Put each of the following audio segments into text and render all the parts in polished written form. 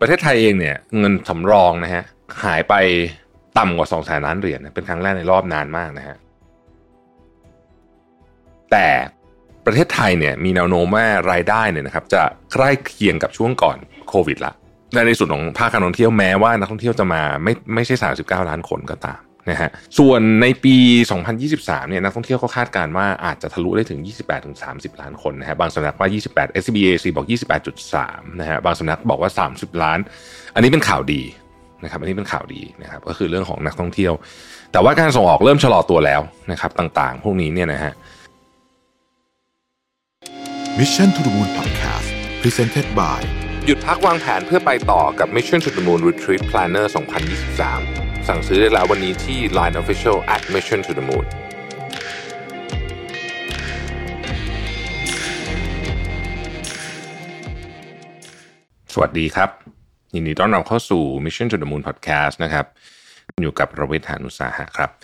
ประเทศไทยเองเนี่ยเงินสำรองนะฮะหายไปต่ำกว่า 200,000 ล้านเหรียญนะเป็นครั้งแรกในรอบนานมากนะฮะแต่ประเทศไทยเนี่ยมีแนวโน้มว่ารายได้เนี่ยนะครับจะใกล้เคียงกับช่วงก่อนโควิดละในส่วนของภาคการท่องเที่ยวแม้ว่านักท่องเที่ยวจะมาไม่ใช่39ล้านคนก็ตามนะฮะส่วนในปี2023เนี่ยนักท่องเที่ยวก็คาดการณ์ว่าอาจจะทะลุได้ถึง 28-30 ล้านคนนะฮะบางสำนักว่า28 SCBAC บอก 28.3 นะฮะบางสำนักบอกว่า30ล้านอันนี้เป็นข่าวดีนะครับอันนี้เป็นข่าวดีนะครับก็คือเรื่องของนักท่องเที่ยวแต่ว่าการส่งออกเริ่มชะลอตัวแล้วนะครับต่างๆพวกนี้เนี่ยนะฮะ Mission to the Moon Podcast Presented by หยุดพักวางแผนเพื่อไปต่อกับ Mission to the Moon Retreat Planner 2023 สั่งซื้อได้แล้ววันนี้ที่ Line Official @Mission to the Moon สวัสดีครับยินดีต้อนรับเข้าสู่ Mission to the Moon Podcast นะครับอยู่กับรวิทย์ หาญอุตสาหะครับ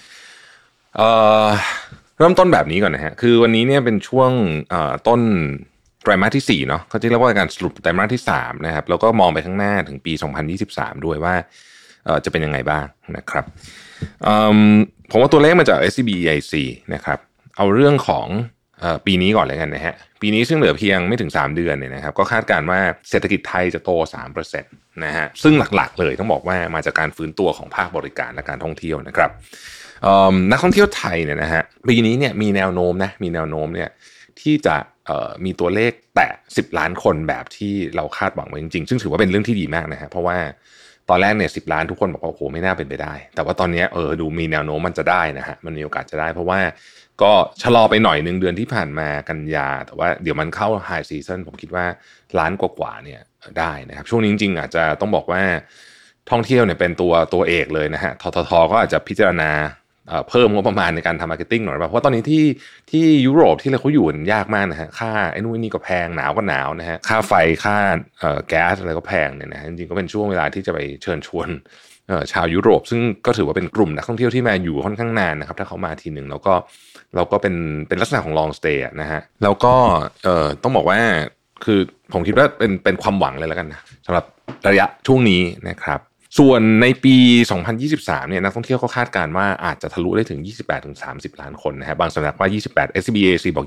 เริ่มต้นแบบนี้ก่อนนะฮะคือวันนี้เนี่ยเป็นช่วงต้นไตรมาสที่4เนาะเขาจะเรียกว่าการสรุปไตรมาสที่3นะครับแล้วก็มองไปข้างหน้าถึงปี2023ด้วยว่าจะเป็นยังไงบ้างนะครับผมว่าตัวเลขมาจาก SCBEIC นะครับเอาเรื่องของปีนี้ก่อนเลยกันนะฮะปีนี้ซึ่งเหลือเพียงไม่ถึง3เดือนเนี่ยนะครับก็คาดการณ์ว่าเศรษฐกิจไทยจะโต 3% นะฮะซึ่งหลักๆเลยต้องบอกว่ามาจากการฟื้นตัวของภาคบริการและการท่องเที่ยวนะครับนักท่องเที่ยวไทยเนี่ยนะฮะปีนี้เนี่ยมีแนวโน้มเนี่ยที่จะมีตัวเลขแตะ10ล้านคนแบบที่เราคาดหวังไว้จริงๆซึ่งถือว่าเป็นเรื่องที่ดีมากนะฮะเพราะว่าตอนแรกเนี่ย10ล้านทุกคนบอกว่าโอ้โหไม่น่าเป็นไปได้แต่ว่าตอนนี้ดูมีแนวโน้มมันจะได้นะฮะมันมีโอกาสจะได้เพราะว่าก็ชะลอไปหน่อยนึงเดือนที่ผ่านมากันยาแต่ว่าเดี๋ยวมันเข้าไฮซีซั่นผมคิดว่าล้านกว่าๆเนี่ยได้นะครับช่วงนี้จริงๆอาจจะต้องบอกว่าท่องเที่ยวเนี่ยเป็นตัวเอกเลยนะฮะททก็อาจจะพิจารณาเพิ่มงบประมาณในการทำมาร์เก็ตติ้งหน่อยเพราะว่าตอนนี้ที่ยุโรปที่เขาอยู่ยากมากนะฮะค่าไอ้นู่นนี่ก็แพงหนาวก็หนาวนะฮะค่าไฟค่าแก๊สอะไรก็แพงเนี่ยนะจริงๆก็เป็นช่วงเวลาที่จะไปเชิญชวนชาวยุโรปซึ่งก็ถือว่าเป็นกลุ่มนักท่องเที่ยวที่มาอยู่ค่อนข้างนานนะครับถ้าเขามาทีหนึ่งแล้วก็เป็นลักษณะของ long stay นะฮะแล้วก็ต้องบอกว่าคือผมคิดว่าเป็นความหวังเลยแล้วกันนะสำหรับระยะช่วงนี้นะครับส่วนในปี2023เนี่ยนักท่องเที่ยวก็คาดการณ์ว่าอาจจะทะลุได้ถึง 28-30 ล้านคนนะฮะบางสำนักว่า28 SCBAC บอก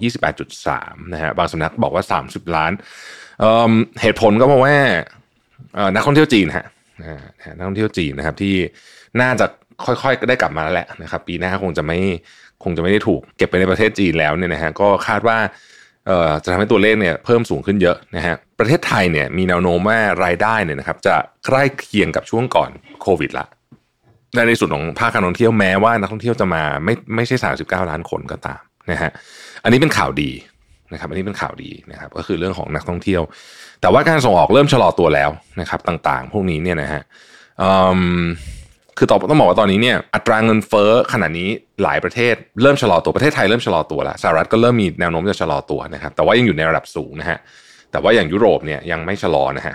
28.3 นะฮะบางสำนักบอกว่า30ล้านเหตุผลก็เพราะว่านักท่องเที่ยวจีนฮะนักท่องเที่ยวจีนนะครับที่น่าจะค่อยๆได้กลับมาแล้วแหละนะครับปีหน้าคงจะไม่ได้ถูกเก็บไปในประเทศจีนแล้วเนี่ยนะฮะก็คาดว่าจะทำให้ตัวเลขเนี่ยเพิ่มสูงขึ้นเยอะนะฮะประเทศไทยเนี่ยมีแนวโน้มว่ารายได้เนี่ยนะครับจะใกล้เคียงกับช่วงก่อนโควิดละในส่วนของภาคการท่องเที่ยวแม้ว่านักท่องเที่ยวจะมาไม่ใช่39ล้านคนก็ตามนะฮะอันนี้เป็นข่าวดีนะครับอันนี้เป็นข่าวดีนะครับก็คือเรื่องของนักท่องเที่ยวแต่ว่าการส่งออกเริ่มชะลอตัวแล้วนะครับต่างๆพวกนี้เนี่ยนะฮะคือต้องบอกว่าตอนนี้เนี่ยอัตราเงินเฟ้อขณะนี้หลายประเทศเริ่มชะลอตัวประเทศไทยเริ่มชะลอตัวแล้วสหรัฐก็เริ่มมีแนวโน้มจะชะลอตัวนะครับแต่ว่ายังอยู่ในระดับสูงนะฮะแต่ว่าอย่างยุโรปเนี่ยยังไม่ชะลอนะฮะ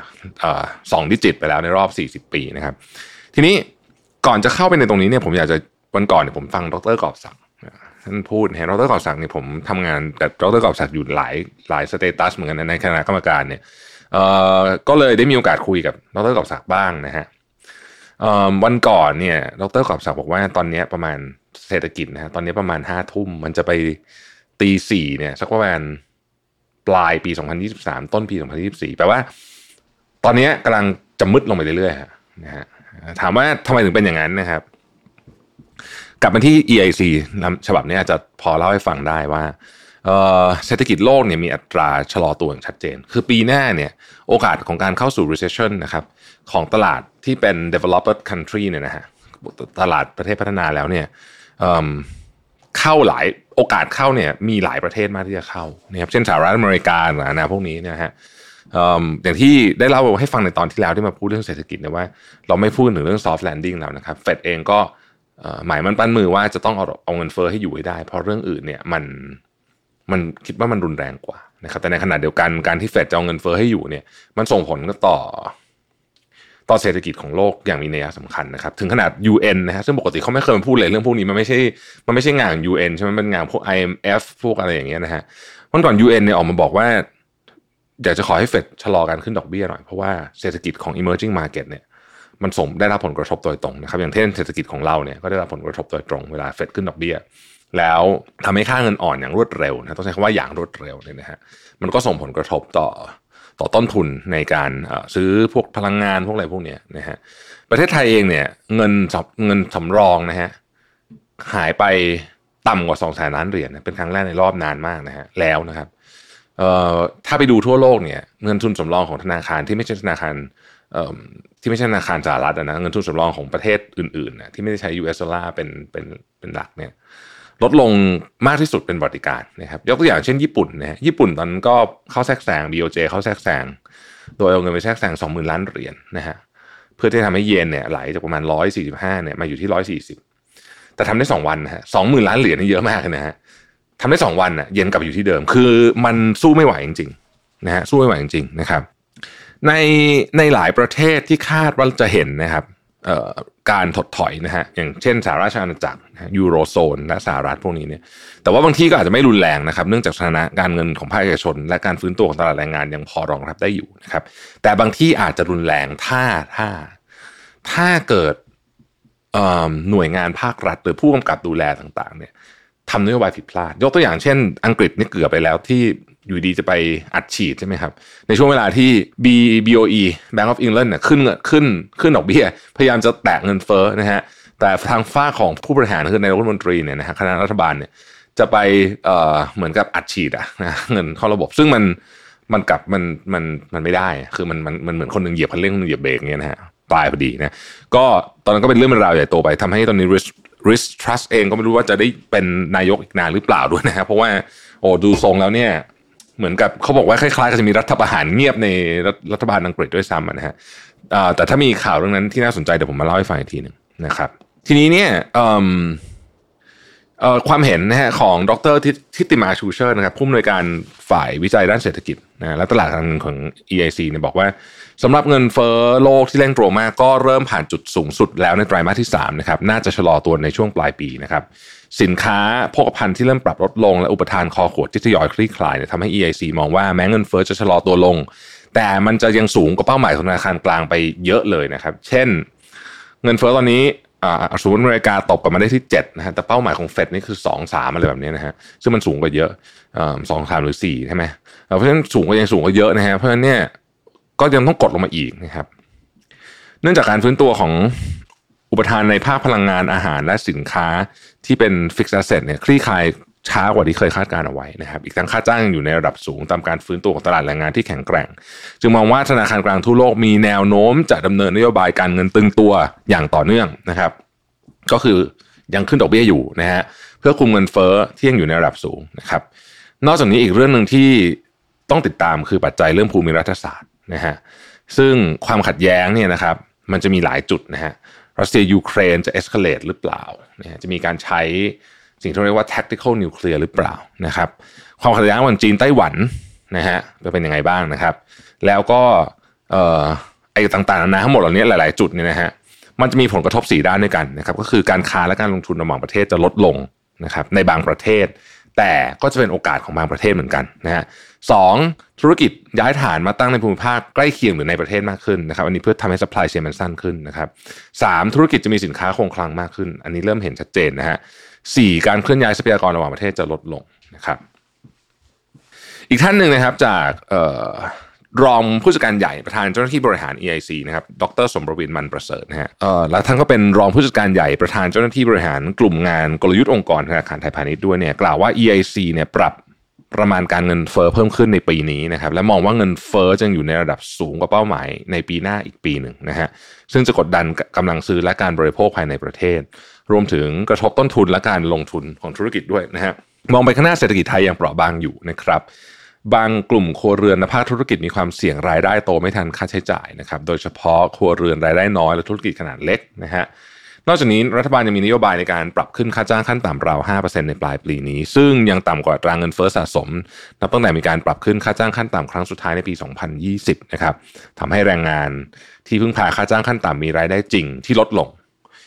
2 ดิจิตไปแล้วในรอบ40ปีนะครับทีนี้ก่อนจะเข้าไปในตรงนี้เนี่ยผมอยากจะวันก่อนเนี่ยผมฟังดร.กอบศักดิ์ท่านพูดนะดร.กอบศักดิ์เนี่ยผมทำงานกับดร.กอบศักดิ์อยู่หลายสเตตัสเหมือนกันในคณะกรรมการเนี่ยก็เลยได้มีโอกาสคุยกับดร.กอบศักดิ์บ้างนะฮะวันก่อนเนี่ยดร.กอบศักดิ์บอกว่าตอนนี้ประมาณเศรษฐกิจนะฮะตอนนี้ประมาณ5 ทุ่มมันจะไปตี4เนี่ยสักประมาณปลายปี2023ต้นปี2024แปลว่าตอนนี้กำลังจะมืดลงไปเรื่อยๆนะฮะถามว่าทำไมถึงเป็นอย่างนั้นนะครับกลับมาที่ EIC ฉบับนี้อาจจะพอเล่าให้ฟังได้ว่าเศรษฐกิจโลกเนี่ยมีอัตราชะลอตัวอย่างชัดเจนคือปีหน้าเนี่ยโอกาสของการเข้าสู่ recession นะครับของตลาดที่เป็น developed country เนี่ยนะฮะตลาดประเทศพัฒนาแล้วเนี่ยเข้าหลายโอกาสเข้าเนี่ยมีหลายประเทศมากที่จะเข้านะครับเช่นสหรัฐอเมริกานะพวกนี้นะฮะอย่างที่ได้เล่าให้ฟังในตอนที่แล้วที่มาพูดเรื่องเศรษฐกิจเนี่ยว่าเราไม่พูดถึงเรื่อง soft landing แล้วนะครับเฟดเองก็หมายมันปั้นมือว่าจะต้องเอาเงินเฟ้อให้อยู่ให้ได้เพราะเรื่องอื่นเนี่ยมันคิดว่ามันรุนแรงกว่านะครับแต่ในขณะเดียวกันการที่เฟดจะเอาเงินเฟ้อให้อยู่เนี่ยมันส่งผลก็ต่อเศรษฐกิจของโลกอย่างมีนัยสำคัญนะครับถึงขนาด UN นะฮะซึ่งปกติเขาไม่เคยมาพูดเลยเรื่องพวกนี้มันไม่ใช่งานของ UN ใช่ไหมเป็นงานพวก IMF พวกอะไรอย่างเงี้ยนะฮะเมื่อก่อน UN เนี่ยออกมาบอกว่าอยากจะขอให้เฟดชะลอการขึ้นดอกเบี้ยหน่อยเพราะว่าเศรษฐกิจของ emerging market เนี่ยมันได้รับผลกระทบโดยตรงนะครับอย่างเช่นเศรษฐกิจของเราเนี่ยก็ได้รับผลกระทบโดยตรงเวลาเฟดขึ้นดอกเบี้ยแล้วทำให้ค่าเงินอ่อนอย่างรวดเร็วนะต้องใช้คำว่าอย่างรวดเร็วเนี่ยนะฮะมันก็ส่งผลกระทบต่อต้นทุนในการซื้อพวกพลังงานพวกอะไรพวกเนี้ยนะฮะประเทศไทยเองเนี่ยเงินสำรองนะฮะหายไปต่ำกว่า 200,000 ล้านเหรียญเป็นครั้งแรกในรอบนานมากนะฮะแล้วนะครับถ้าไปดูทั่วโลกเนี่ยเงินทุนสำรองของธนาคารที่ไม่ใช่ธนาคารสหรัฐนะเงินทุนสำรองของประเทศอื่นๆนะที่ไม่ได้ใช้ US ดอลลาร์เป็นหลักเนี่ยลดลงมากที่สุดเป็นประวัติการนะครับยกตัวอย่างเช่นญี่ปุ่นนะญี่ปุ่นตอนนั้นก็เข้าแทรกแซง BOJ เข้าแทรกแซงโดยเอาเงินไปแทรกแซง 20,000 ล้านเหรียญนะฮะเพื่อที่จะทำให้เยนเนี่ยไหลจากประมาณ145เนี่ยมาอยู่ที่140แต่ทำได้2วันนะฮะ 20,000 ล้านเหรียญนี่เยอะมากเลยนะฮะทำได้2วันน่ะเยนกลับอยู่ที่เดิมคือมันสู้ไม่ไหวจริงๆนะฮะสู้ไม่ไหวจริงๆนะครับในหลายประเทศที่คาดว่าจะเห็นนะครับการถดถอยนะฮะอย่างเช่นสหราชอาณาจักรยูโรโซนและสหรัฐพวกนี้เนี่ยแต่ว่าบางที่ก็อาจจะไม่รุนแรงนะครับเนื่องจากสถานะการเงินของภาคเอกชนและการฟื้นตัวของตลาดแรงงานยังพอรองรับได้อยู่นะครับแต่บางที่อาจจะรุนแรงถ้าเกิดหน่วยงานภาครัฐหรือผู้กำกับดูแลต่างๆเนี่ยทำนโยบายผิดพลาดยกตัวอย่างเช่นอังกฤษนี่เกือบไปแล้วที่อยู่ดีจะไปอัดฉีดใช่ไหมครับในช่วงเวลาที่ BOE Bank of England เนี่ยขึ้นดอกเบี้ยพยายามจะแตะเงินเฟ้อนะฮะแต่ทางฝ้าของผู้บริหารคือนายกรัฐมนตรีเนี่ยนะฮะคณะรัฐบาลเนี่ยจะไปเหมือนกับอัดฉีดนะเงินเข้าระบบซึ่งมันกลับมันไม่ได้คือมันเหมือนคนหนึ่งเหยียบคันเร่งคนหนึ่งเหยียบเบรกเงี้ยนะฮะตายพอดีนะก็ตอนนั้นก็เป็นเรื่องเป็นราวใหญ่โตไปทำให้ตอนนี้ Risk Trust เองก็ไม่รู้ว่าจะได้เป็นนายกอีกนานหรือเปล่าด้วยนะครับเพราะว่าดูทรงแล้วเนี่ยเหมือนกับเขาบอกว่าคล้ายๆกับจะมีรัฐประหารเงียบในรัฐบาลอังกฤษด้วยซ้ำนะฮะแต่ถ้ามีข่าวเรื่องนั้นที่น่าสนใจเดี๋ยวผมมาเล่าให้ฟังอีกทีหนึ่งนะครับทีนี้เนี่ยความเห็นนะฮะของดร.ทิติมาชูเชอร์นะครับผู้อำนวยการฝ่ายวิจัยด้านเศรษฐกิจนะและตลาดการเงินของ EIC เนี่ยบอกว่าสำหรับเงินเฟ้อโลกที่เร่งตัวมากก็เริ่มผ่านจุดสูงสุดแล้วในไตรมาสที่3นะครับน่าจะชะลอตัวในช่วงปลายปีนะครับสินค้าโภคภัณฑ์ที่เริ่มปรับลดลงและอุปทานคอขวดที่ทยอยคลี่คลายเนี่ยทำให้ EIC มองว่าแม้เงินเฟ้อจะชะลอตัวลงแต่มันจะยังสูงกว่าเป้าหมายของธนาคารกลางไปเยอะเลยนะครับเช่นเงินเฟ้อตอนนี้สมมติอเมริกาตบกันมาได้ที่7นะฮะแต่เป้าหมายของเฟดนี่คือ 2-3 อะไรแบบนี้นะฮะซึ่งมันสูงกว่าเยอะ2-3 หรือ 4ใช่ไหมเพราะฉะนั้นสูงกว่าเยอะนะฮะเพราะฉะนั้นเนี่ยก็ยังต้องกดลงมาอีกนะครับเนื่องจากการฟื้นตัวของอุปทานในภาคพลังงานอาหารและสินค้าที่เป็น fixed asset เนี่ยคลี่คลายช้ากว่าที่เคยคาดการเอาไว้นะครับอีกทั้งค่าจ้างอยู่ในระดับสูงตามการฟื้นตัวของตลาดแรงงานที่แข็งแกร่งจึงมองว่าธนาคารกลางทั่วโลกมีแนวโน้มจะดำเนินนโยบายการเงินตึงตัวอย่างต่อเนื่องนะครับก็คือยังขึ้นดอกเบี้ยอยู่นะฮะเพื่อคุมเงินเฟ้อที่ยังอยู่ในระดับสูงนะครับนอกจากนี้อีกเรื่องนึงที่ต้องติดตามคือปัจจัยเรื่องภูมิรัฐศาสตร์นะฮะซึ่งความขัดแย้งเนี่ยนะครับมันจะมีหลายจุดนะฮะรัสเซียยูเครนจะ escalate หรือเปล่านะฮะจะมีการใช้สิ่งที่เรียกว่า tactical nuclear หรือเปล่านะครับความขัดแย้งระหว่างจีนไต้หวันนะฮะจะเป็นยังไงบ้างนะครับแล้วก็ไอ้ต่างๆนะทั้งหมดเหล่านี้หลายๆจุดเนี่ยนะฮะมันจะมีผลกระทบ4ด้านด้วยกันนะครับก็คือการค้าและการลงทุนระหว่างประเทศจะลดลงนะครับในบางประเทศแต่ก็จะเป็นโอกาสของบางประเทศเหมือนกันนะฮะ2ธุรกิจย้ายฐานมาตั้งในภูมิภาคใกล้เคียงหรือในประเทศมากขึ้นนะครับอันนี้เพื่อทำให้ supply chain มันสั้นขึ้นนะครับ3ธุรกิจจะมีสินค้าคงคลังมากขึ้นอันนี้เริ่มเห็นชัดเจนนะฮะ4การเคลื่อนย้ายทรัพยากรระหว่างประเทศจะลดลงนะครับอีกท่านหนึ่งนะครับจากรองผู้จัดการใหญ่ประธานเจ้าหน้าที่บริหาร EIC นะครับดร.สมประวินมันประเสริฐนะฮะและท่านก็เป็นรองผู้จัดการใหญ่ประธานเจ้าหน้าที่บริหารกลุ่มงานกลยุทธ์องค์กรธนาคารไทยพาณิชย์ด้วยเนี่ยกล่าวว่า EIC เนี่ยปรับประมาณการเงินเฟ้อเพิ่มขึ้นในปีนี้นะครับและมองว่าเงินเฟ้อจะอยู่ในระดับสูงกว่าเป้าหมายในปีหน้าอีกปีหนึ่งนะฮะซึ่งจะกดดันกำลังซื้อและการบริโภคภายในประเทศรวมถึงกระทบต้นทุนและการลงทุนของธุรกิจด้วยนะฮะมองไปข้างหน้าเศรษฐกิจไทยยังเปราะบางอยู่นะครับบางกลุ่มครัวเรือนในภาคธุรกิจมีความเสี่ยงรายได้โตไม่ทันค่าใช้จ่ายนะครับโดยเฉพาะครัวเรือนรายได้น้อยและธุรกิจขนาดเล็กนะฮะนอกจากนี้รัฐบาลยังมีนโยบายในการปรับขึ้นค่าจ้างขั้นต่ำราว 5% ในปลายปีนี้ซึ่งยังต่ำกว่าอัตราเงินเฟ้อสะสมนับตั้งแต่มีการปรับขึ้นค่าจ้างขั้นต่ำครั้งสุดท้ายในปี 2020 นะครับทำให้แรงงานที่พึ่งพาค่าจ้างขั้นต่ำมีรายได้จริงที่ลดลง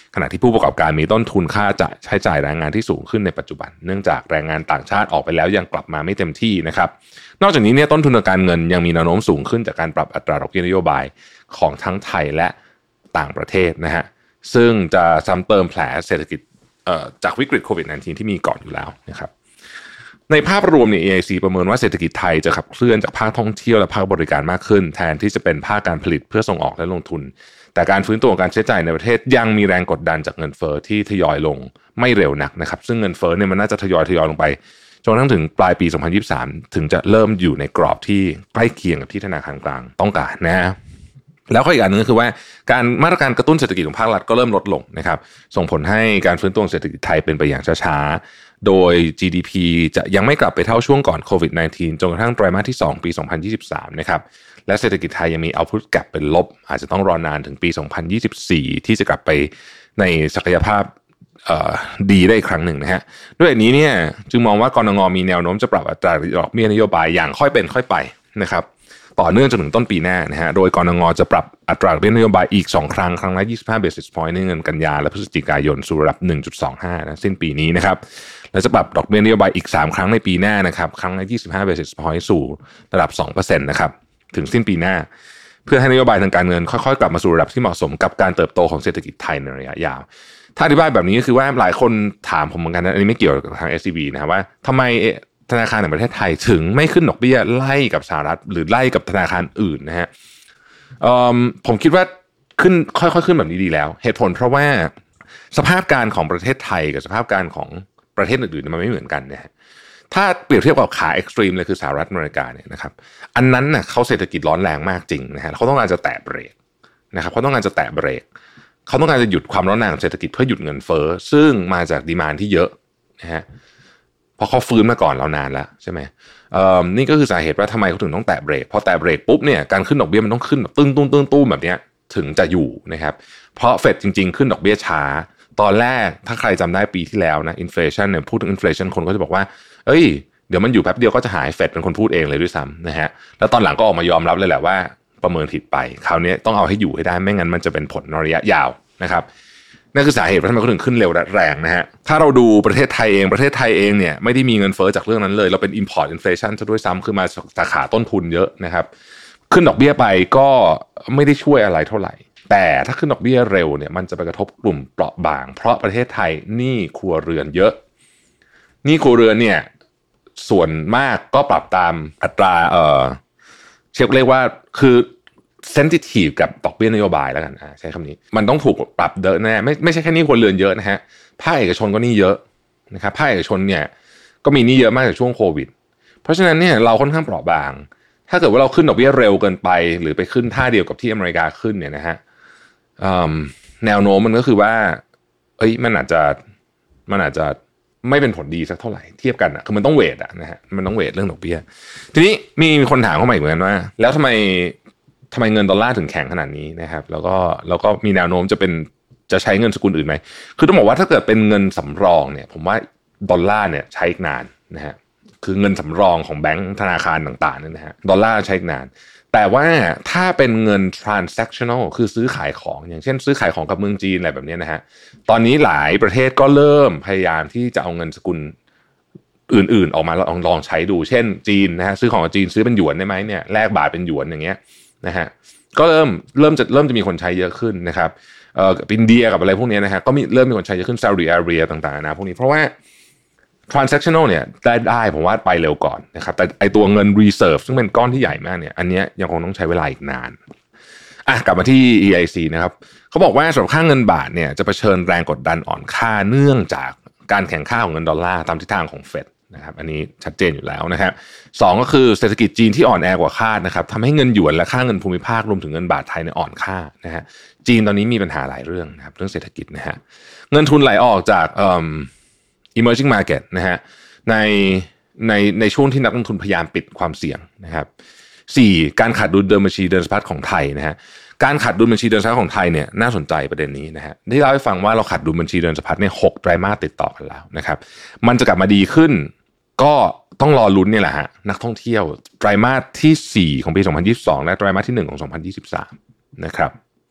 ขณะที่ผู้ประกอบการมีต้นทุนค่าใช้จ่ายแรงงานที่สูงขึ้นในปัจจุบันเนื่องจากแรงงานต่างชาติออกไปแล้วยังกลับมาไม่เต็มที่นะครับนอกจากนี้เนี่ยต้นทุนทางการเงินยังมีแนวโน้มสูงขึ้นจากการปรับอัตราดอกเบี้ยนโยบายของทั้งไทยและต่างประเทศนะฮะซึ่งจะซ้ำเติมแผลเศรษฐกิจจากวิกฤตโควิด -19 ที่มีก่อนอยู่แล้วนะครับในภาพรวมเนี่ย AIC ประเมินว่าเศรษฐกิจไทยจะขับเคลื่อนจากภาคท่องเที่ยวและภาคบริการมากขึ้นแทนที่จะเป็นภาคการผลิตเพื่อส่งออกและลงทุนแต่การฟื้นตัวของการใช้จ่ายในประเทศยังมีแรงกดดันจากเงินเฟ้อที่ทยอยลงไม่เร็วนักนะครับซึ่งเงินเฟ้อเนี่ยมันน่าจะทยอยลงไปจนกระทั่งถึงปลายปี2023ถึงจะเริ่มอยู่ในกรอบที่ใกล้เคียงกับที่ธนาคารกลางต้องการนะแล้วก็อีกอันนึงก็คือว่าการมาตรการกระตุ้นเศรษฐกิจของภาครัฐก็เริ่มลดลงนะครับส่งผลให้การฟื้นตัวเศรษฐกิจไทยเป็นไปอย่างช้าๆโดย GDP จะยังไม่กลับไปเท่าช่วงก่อนโควิด -19 จนกระทั่งไตรมาสที่2ปี2023นะครับและเศรษฐกิจไทยยังมี output gap เป็นลบอาจจะต้องรอนานถึงปี2024ที่จะกลับไปในศักยภาพดีได้อีกครั้งหนึ่งนะฮะด้วยอันนี้เนี่ยจึงมองว่ากนง.มีแนวโน้มจะปรับอัตราดอกเบี้ยนโยบายอย่างค่อยเป็นค่อยไปนะครับต่อเนื่องจนถึงต้นปีหน้านะฮะโดยกนง.จะปรับอัตราดอกเบี้ยนโยบายอีก2ครั้งละ25 basis point ในเดือนกันยายนและพฤศจิกายนสู่ระดับ 1.25 นะสิ้นปีนี้นะครับและจะปรับดอกเบี้ยนโยบายอีก3ครั้งในปีหน้านะครับครั้งละ25 basis point สู่ระดับ 2% นะครับถึงสิ้นปีหน้าเพื่อให้นโยบายทางการเงินค่อยๆกลับมาสู่ระดับที่เหมาะสมกับการเติบโตของเศรษฐกิจไทยในระยะยาวถ้าอธิบายแบบนี้ก็คือว่าหลายคนถามผมเหมือนกันนะอันนี้ไม่เกี่ยวกับทาง SCB นะครับว่าทำไมธนาคารแห่งประเทศไทยถึงไม่ขึ้นดอกเบี้ยไล่กับสหรัฐหรือไล่กับธนาคารอื่นนะฮะผมคิดว่าขึ้นค่อยๆขึ้นแบบนี้ดีแล้วเหตุผลเพราะว่าสภาพการของประเทศไทยกับสภาพการของประเทศอื่นๆมันไม่เหมือนกันนะฮะถ้าเปรียบเทียบกับขาเอ็กซ์ตรีมเลยคือสหรัฐอเมริกาเนี่ยนะครับอันนั้นน่ะเขาเศรษฐกิจร้อนแรงมากจริงนะฮะเขาต้องการจะแตะเบรกนะครับเขาต้องการจะแตะเบรกเขาต้องการจะหยุดความร้อนแรงของเศรษฐกิจเพื่อหยุดเงินเฟ้อซึ่งมาจากดีมานด์ที่เยอะนะฮะเพราะเขาฟื้นมาก่อนเรานานแล้วใช่ไหมนี่ก็คือสาเหตุว่าทำไมเขาถึงต้องแตะเบรกพอแตะเบรกปุ๊บเนี่ยการขึ้นดอกเบี้ยมันต้องขึ้นแบบตุ้มแบบนี้ถึงจะอยู่นะครับเพราะเฟดจริงๆขึ้นดอกเบี้ยช้าตอนแรกถ้าใครจำได้ปีที่แล้วนะอินเฟลชันเนี่ยพูดถึงอินเฟลชันคนก็จะบอกว่าเอ้ยเดี๋ยวมันอยู่แป๊บเดียวก็จะหายเฟดเป็นคนพูดเองเลยด้วยซ้ำนะฮะแล้วตอนหลังก็ออกมายอมรับเลยแหละว่าประเมินผิดไปคราวนี้ต้องเอาให้อยู่ให้ได้ไม่งั้นมันจะเป็นผลระยะยาวนะครับนั่นคือสาเหตุว่าทำไมเขาถึงขึ้นเร็วและแรงนะฮะถ้าเราดูประเทศไทยเองเนี่ยไม่ได้มีเงินเฟ้อจากเรื่องนั้นเลยเราเป็น import inflation ซะด้วยซ้ำคือมาสาขาต้นทุนเยอะนะครับขึ้นดอกเบี้ยไปก็ไม่ได้ช่วยอะไรเท่าไหร่แต่ถ้าขึ้นดอกเบี้ยเร็วเนี่ยมันจะไปกระทบกลุ่มเปราะบางเพราะประเทศไทยหนี้ครัวเรือนเยอะหนี้ครัวเรือนเนี่ยส่วนมากก็ปรับตามอัตราเรียกว่าคือเซนซิทีฟกับดอกเบี้ยนโยบายแล้วกันใช้คำนี้มันต้องถูกปรับเยอะแน่ไม่ใช่แค่หนี้ครัวเรือนเยอะนะฮะภาคเอกชนก็หนี้เยอะนะครับภาคเอกชนเนี่ยก็มีหนี้เยอะมากจากช่วงโควิดเพราะฉะนั้นเนี่ยเราค่อนข้างเปราะบางถ้าเกิดว่าเราขึ้นดอกเบี้ยเร็วเกินไปหรือไปขึ้นท่าเดียวกับที่อเมริกาขึ้นเนี่ยนะฮะแนวโน้มมันก็คือว่ามันอาจจะไม่เป็นผลดีสักเท่าไหร่เทียบกันคือมันต้องเวทนะฮะมันต้องเวทเรื่องดอกเบี้ยทีนี้มีคนถามเข้ามาอีกเหมือนกันว่าแล้วทำไมเงินดอลลาร์ถึงแข็งขนาดนี้นะครับแล้วก็มีแนวโน้มจะใช้เงินสกุลอื่นไหมคือต้องบอกว่าถ้าเกิดเป็นเงินสำรองเนี่ยผมว่าดอลลาร์เนี่ยใช้อีกนานนะฮะคือเงินสำรองของแบงก์ธนาคารต่างๆเนี่ยนะฮะดอลลาร์ใช้อีกนานแต่ว่าถ้าเป็นเงิน transactional คือซื้อขายของอย่างเช่นซื้อขายของกับเมืองจีนอะไรแบบนี้นะฮะตอนนี้หลายประเทศก็เริ่มพยายามที่จะเอาเงินสกุลอื่นๆออกมาลองใช้ดูเช่นจีนนะฮะซื้อของกับจีนซื้อเป็นหยวนได้ไหมเนี่ยแลกบาทเป็นหยวนอย่างเงี้ยนะฮะก็เริ่มจะมีคนใช้เยอะขึ้นนะครับอินเดียกับอะไรพวกนี้นะฮะก็เริ่มมีคนใช้เยอะขึ้นซาอุดิอาระเบียต่างๆนะพวกนี้เพราะว่า transactional เนี่ยได้ผมว่าไปเร็วก่อนนะครับแต่ไอตัวเงิน reserve ซึ่งเป็นก้อนที่ใหญ่มากเนี่ยอันนี้ยังคงต้องใช้เวลาอีกนานกลับมาที่ EIC นะครับเขาบอกว่าสำหรับค่าเงินบาทเนี่ยจะเผชิญแรงกดดันอ่อนค่าเนื่องจากการแข่งข้าของเงินดอลลาร์ตามทิศทางของเฟดนะครับอันนี้ชัดเจนอยู่แล้วนะครับสองก็คือเศรษฐกิจจีนที่อ่อนแอกว่าคาดนะครับทำให้เงินหยวนและค่าเงินภูมิภาครวมถึงเงินบาทไทยเนี่ยอ่อนค่านะฮะจีนตอนนี้มีปัญหาหลายเรื่องนะครับเรื่องเศรษฐกิจนะฮะเงินทุนไหลออกจากemerging market นะฮะในช่วงที่นักลงทุนพยายามปิดความเสี่ยงนะครับ4การขาดดุลเดินบัญชีเดินสะพัดของไทยนะฮะการขาดดุลบัญชีเดินสะพัดของไทยเนี่ยน่าสนใจประเด็นนี้นะฮะที่เล่าให้ฟังว่าเราขาดดุลบัญชีเดินสะพัดเนี่ย6ไตรมาสติดต่อกันแล้วนะครับมันจะกลับมาดีขึ้นก็ต้องรอลุ้นเนี่ยแหละฮะนักท่องเที่ยวไตรมาสที่4ของปี2022และไตรมาสที่1ของ2023นะครับ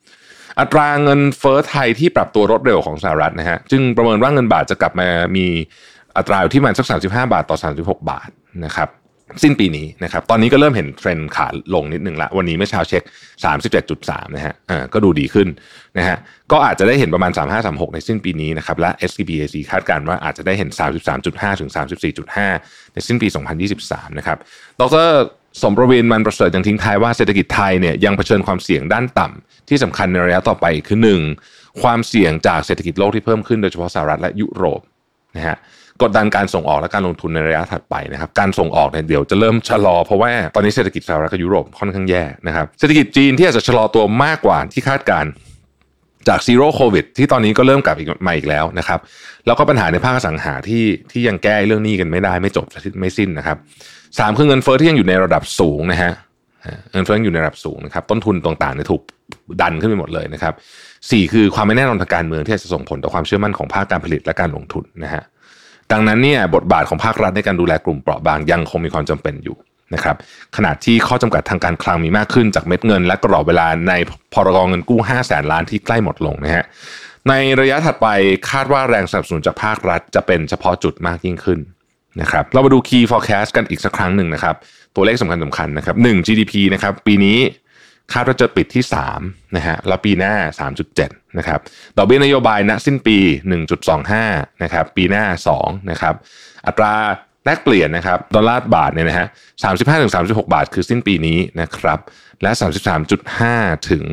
อัตราเงินเฟ้อไทยที่ปรับตัวลดเร็วของสหรัฐนะฮะจึงประเมินว่าเงินบาทจะกลับมามีอัตราอยู่ที่ประมาณสัก35 บาทต่อ36 บาทนะครับสิ้นปีนี้นะครับตอนนี้ก็เริ่มเห็นเทรนด์ขาลงนิดนึงละวันนี้เมื่อเช้าเช็ค 37.3 นะฮะก็ดูดีขึ้นนะฮะก็อาจจะได้เห็นประมาณ35-36ในสิ้นปีนี้นะครับและ SCBAC คาดการณ์ว่าอาจจะได้เห็น 33.5 ถึง 34.5 ในสิ้นปี 2023 นะครับดร.สมประวิน มันประเสริฐยังทิ้งท้ายว่าเศรษฐกิจไทยเนี่ยยังเผชิญความเสี่ยงด้านต่ำที่สำคัญในระยะต่อไปคือ 1. ความเสี่ยงจากเศรษฐกิจโลกที่เพิ่มขึ้นโดยเฉพาะสหรัฐและยุโรปนะฮะกดดันการส่งออกและการลงทุนในระยะถัดไปนะครับการส่งออกเนี่ยเดี๋ยวจะเริ่มชะลอเพราะว่าตอนนี้เศรษฐกิจสหรัฐกับยุโรปค่อนข้างแย่นะครับเศรษฐกิจจีนที่อาจจะชะลอตัวมากกว่าที่คาดการณ์จากซีโร่โควิดที่ตอนนี้ก็เริ่มกลับมาอีกแล้วนะครับแล้วก็ปัญหาในภาคอสังหาที่ยังแก้เรื่องหนี้กันไม่ได้ไม่จบไม่สิ้นนะครับ3คือเงินเฟ้อที่ยังอยู่ในระดับสูงนะฮะเงินเฟ้อยังอยู่ในระดับสูงนะครับต้นทุนต่างๆเนี่ยถูกดันขึ้นไปหมดเลยนะครับ4คือความไม่แน่นอนทางการเมืองที่จะส่งผลต่อความเชื่อมั่นของภาคการผลิตและการลงทุนนะฮะดังนั้นเนี่ยบทบาทของภาครัฐในการดูแลกลุ่มเปราะบางยังคงมีความจำเป็นอยู่นะครับขณะที่ข้อจำกัดทางการคลังมีมากขึ้นจากเม็ดเงินและกรอบเวลาในพรก.เงินกู้ 500,000 ล้านที่ใกล้หมดลงนะฮะในระยะถัดไปคาดว่าแรงสนับสนุนจากภาครัฐจะเป็นเฉพาะจุดมากยิ่งขึ้นนะครับเรามาดู Key Forecast กันอีกสักครั้งหนึ่งนะครับตัวเลขสำคัญนะครับ1 GDP นะครับปีนี้คาดว่าจะปิดที่3นะฮะแล้วปีหน้า 3.7 นะครับดอกเบี้ยนโยบายณสิ้นปี 1.25 นะครับปีหน้า2นะครับอัตราแลกเปลี่ยนนะครับดอลลาร์บาทเนี่ยนะฮะ 35-36 บาทคือสิ้นปีนี้นะครับและ 33.5 ถึง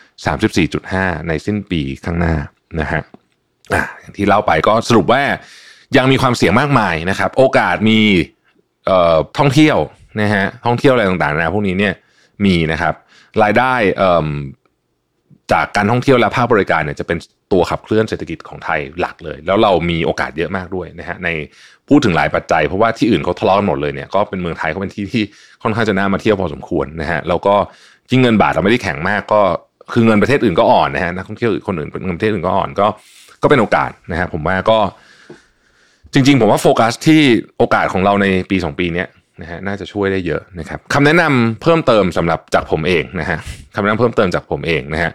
34.5 ในสิ้นปีข้างหน้านะฮะอย่างที่เล่าไปก็สรุปว่ายังมีความเสี่ยงมากมายนะครับโอกาสมีท่องเที่ยวนะฮะท่องเที่ยวอะไรต่างๆนะพวกนี้เนี่ยมีนะครับรายได้จากการท่องเที่ยวและภาคบริการเนี่ยจะเป็นตัวขับเคลื่อนเศรษฐกิจของไทยหลักเลยแล้วเรามีโอกาสเยอะมากด้วยนะฮะในพูดถึงหลายปัจจัยเพราะว่าที่อื่นเขาทะเลาะกันหมดเลยเนี่ยก็เป็นเมืองไทยเขาเป็นที่ค่อนข้างจะน่ามาเที่ยวพอสมควรนะฮะแล้วก็ยิ่งเงินบาทเราไม่ได้แข็งมากก็คือเงินประเทศอื่นก็อ่อนนะฮะนักท่องเที่ยวคนอื่นเงินประเทศอื่นก็อ่อนก็เป็นโอกาสนะฮะผมว่าก็จริงๆผมว่าโฟกัสที่โอกาสของเราในปี2ปีนี้นะฮะน่าจะช่วยได้เยอะนะครับคำแนะนำเพิ่มเติมสำหรับจากผมเองนะฮะคำแนะนำเพิ่มเติมจากผมเองนะฮะ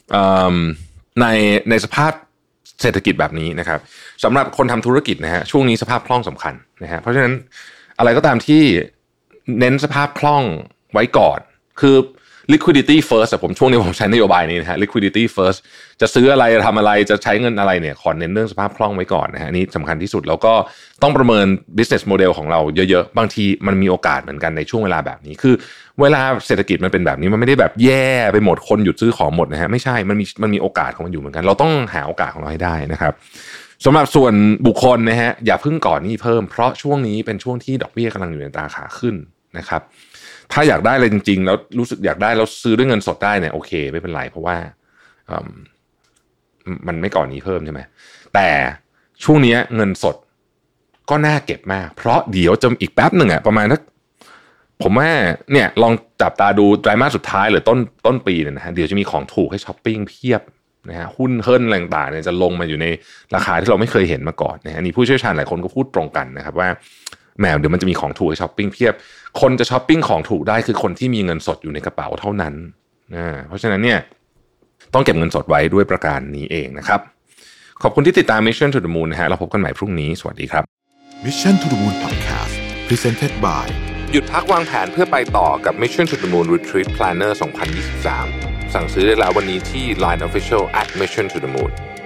ในสภาพเศรษฐกิจแบบนี้นะครับสำหรับคนทำธุรกิจนะฮะช่วงนี้สภาพคล่องสำคัญนะฮะเพราะฉะนั้นอะไรก็ตามที่เน้นสภาพคล่องไว้ก่อนคือ liquidity first ผมช่วงนี้ผมใช้นโยบายนี้นะฮะ liquidity first จะซื้ออะไรจะทำอะไรจะใช้เงินอะไรเนี่ยขอเน้นเรื่องสภาพคล่องไว้ก่อนนะฮะนี่สำคัญที่สุดแล้วก็ต้องประเมิน business model ของเราเยอะๆบางทีมันมีโอกาสเหมือนกันในช่วงเวลาแบบนี้คือเวลาเศรษฐกิจมันเป็นแบบนี้มันไม่ได้แบบแย่ไปหมดคนหยุดซื้อของหมดนะฮะไม่ใช่มันมีโอกาสของมันอยู่เหมือนกันเราต้องหาโอกาสของเราให้ได้นะครับสำหรับส่วนบุคคลนะฮะอย่าเพิ่งก่อนหนี้เพิ่มเพราะช่วงนี้เป็นช่วงที่ดอกเบี้ยกำลังอยู่ในตราขาขึ้นนะครับถ้าอยากได้อะไรจริงๆแล้วรู้สึกอยากได้แล้วซื้อด้วยเงินสดได้เนี่ยโอเคไม่เป็นไรเพราะว่ามันไม่ก่อนนี้เพิ่มใช่ไหมแต่ช่วงนี้เงินสดก็น่าเก็บมากเพราะเดี๋ยวจะอีกแป๊บหนึ่งประมาณสักผมว่าเนี่ยลองจับตาดูไตรมาสสุดท้ายหรือต้นปีเนี่ยนะฮะเดี๋ยวจะมีของถูกให้ช้อปปิ้งเพียบนะฮะหุ้นเฮิร์นอะไรต่างๆเนี่ยจะลงมาอยู่ในราคาที่เราไม่เคยเห็นมาก่อนนะฮะนี่ผู้เชี่ยวชาญหลายคนก็พูดตรงกันนะครับว่าแหมเดี๋ยวมันจะมีของถูกให้ช้อปปิ้งเพียบคนจะช้อปปิ้งของถูกได้คือคนที่มีเงินสดอยู่ในกระเป๋าเท่านั้นเพราะฉะนั้นเนี่ยต้องเก็บเงินสดไว้ด้วยประการนี้เองนะครับขอบคุณที่ติดตาม Mission to the Moon นะฮะเราพบกันใหม่พรุ่งนี้สวัสดีครับ Mission to the Moon Podcast Presented by หยุดพักวางแผนเพื่อไปต่อกับ Mission to the Moon Retreat Planner 2023 สั่งซื้อได้แล้ววันนี้ที่ Line Official @Mission to the Moon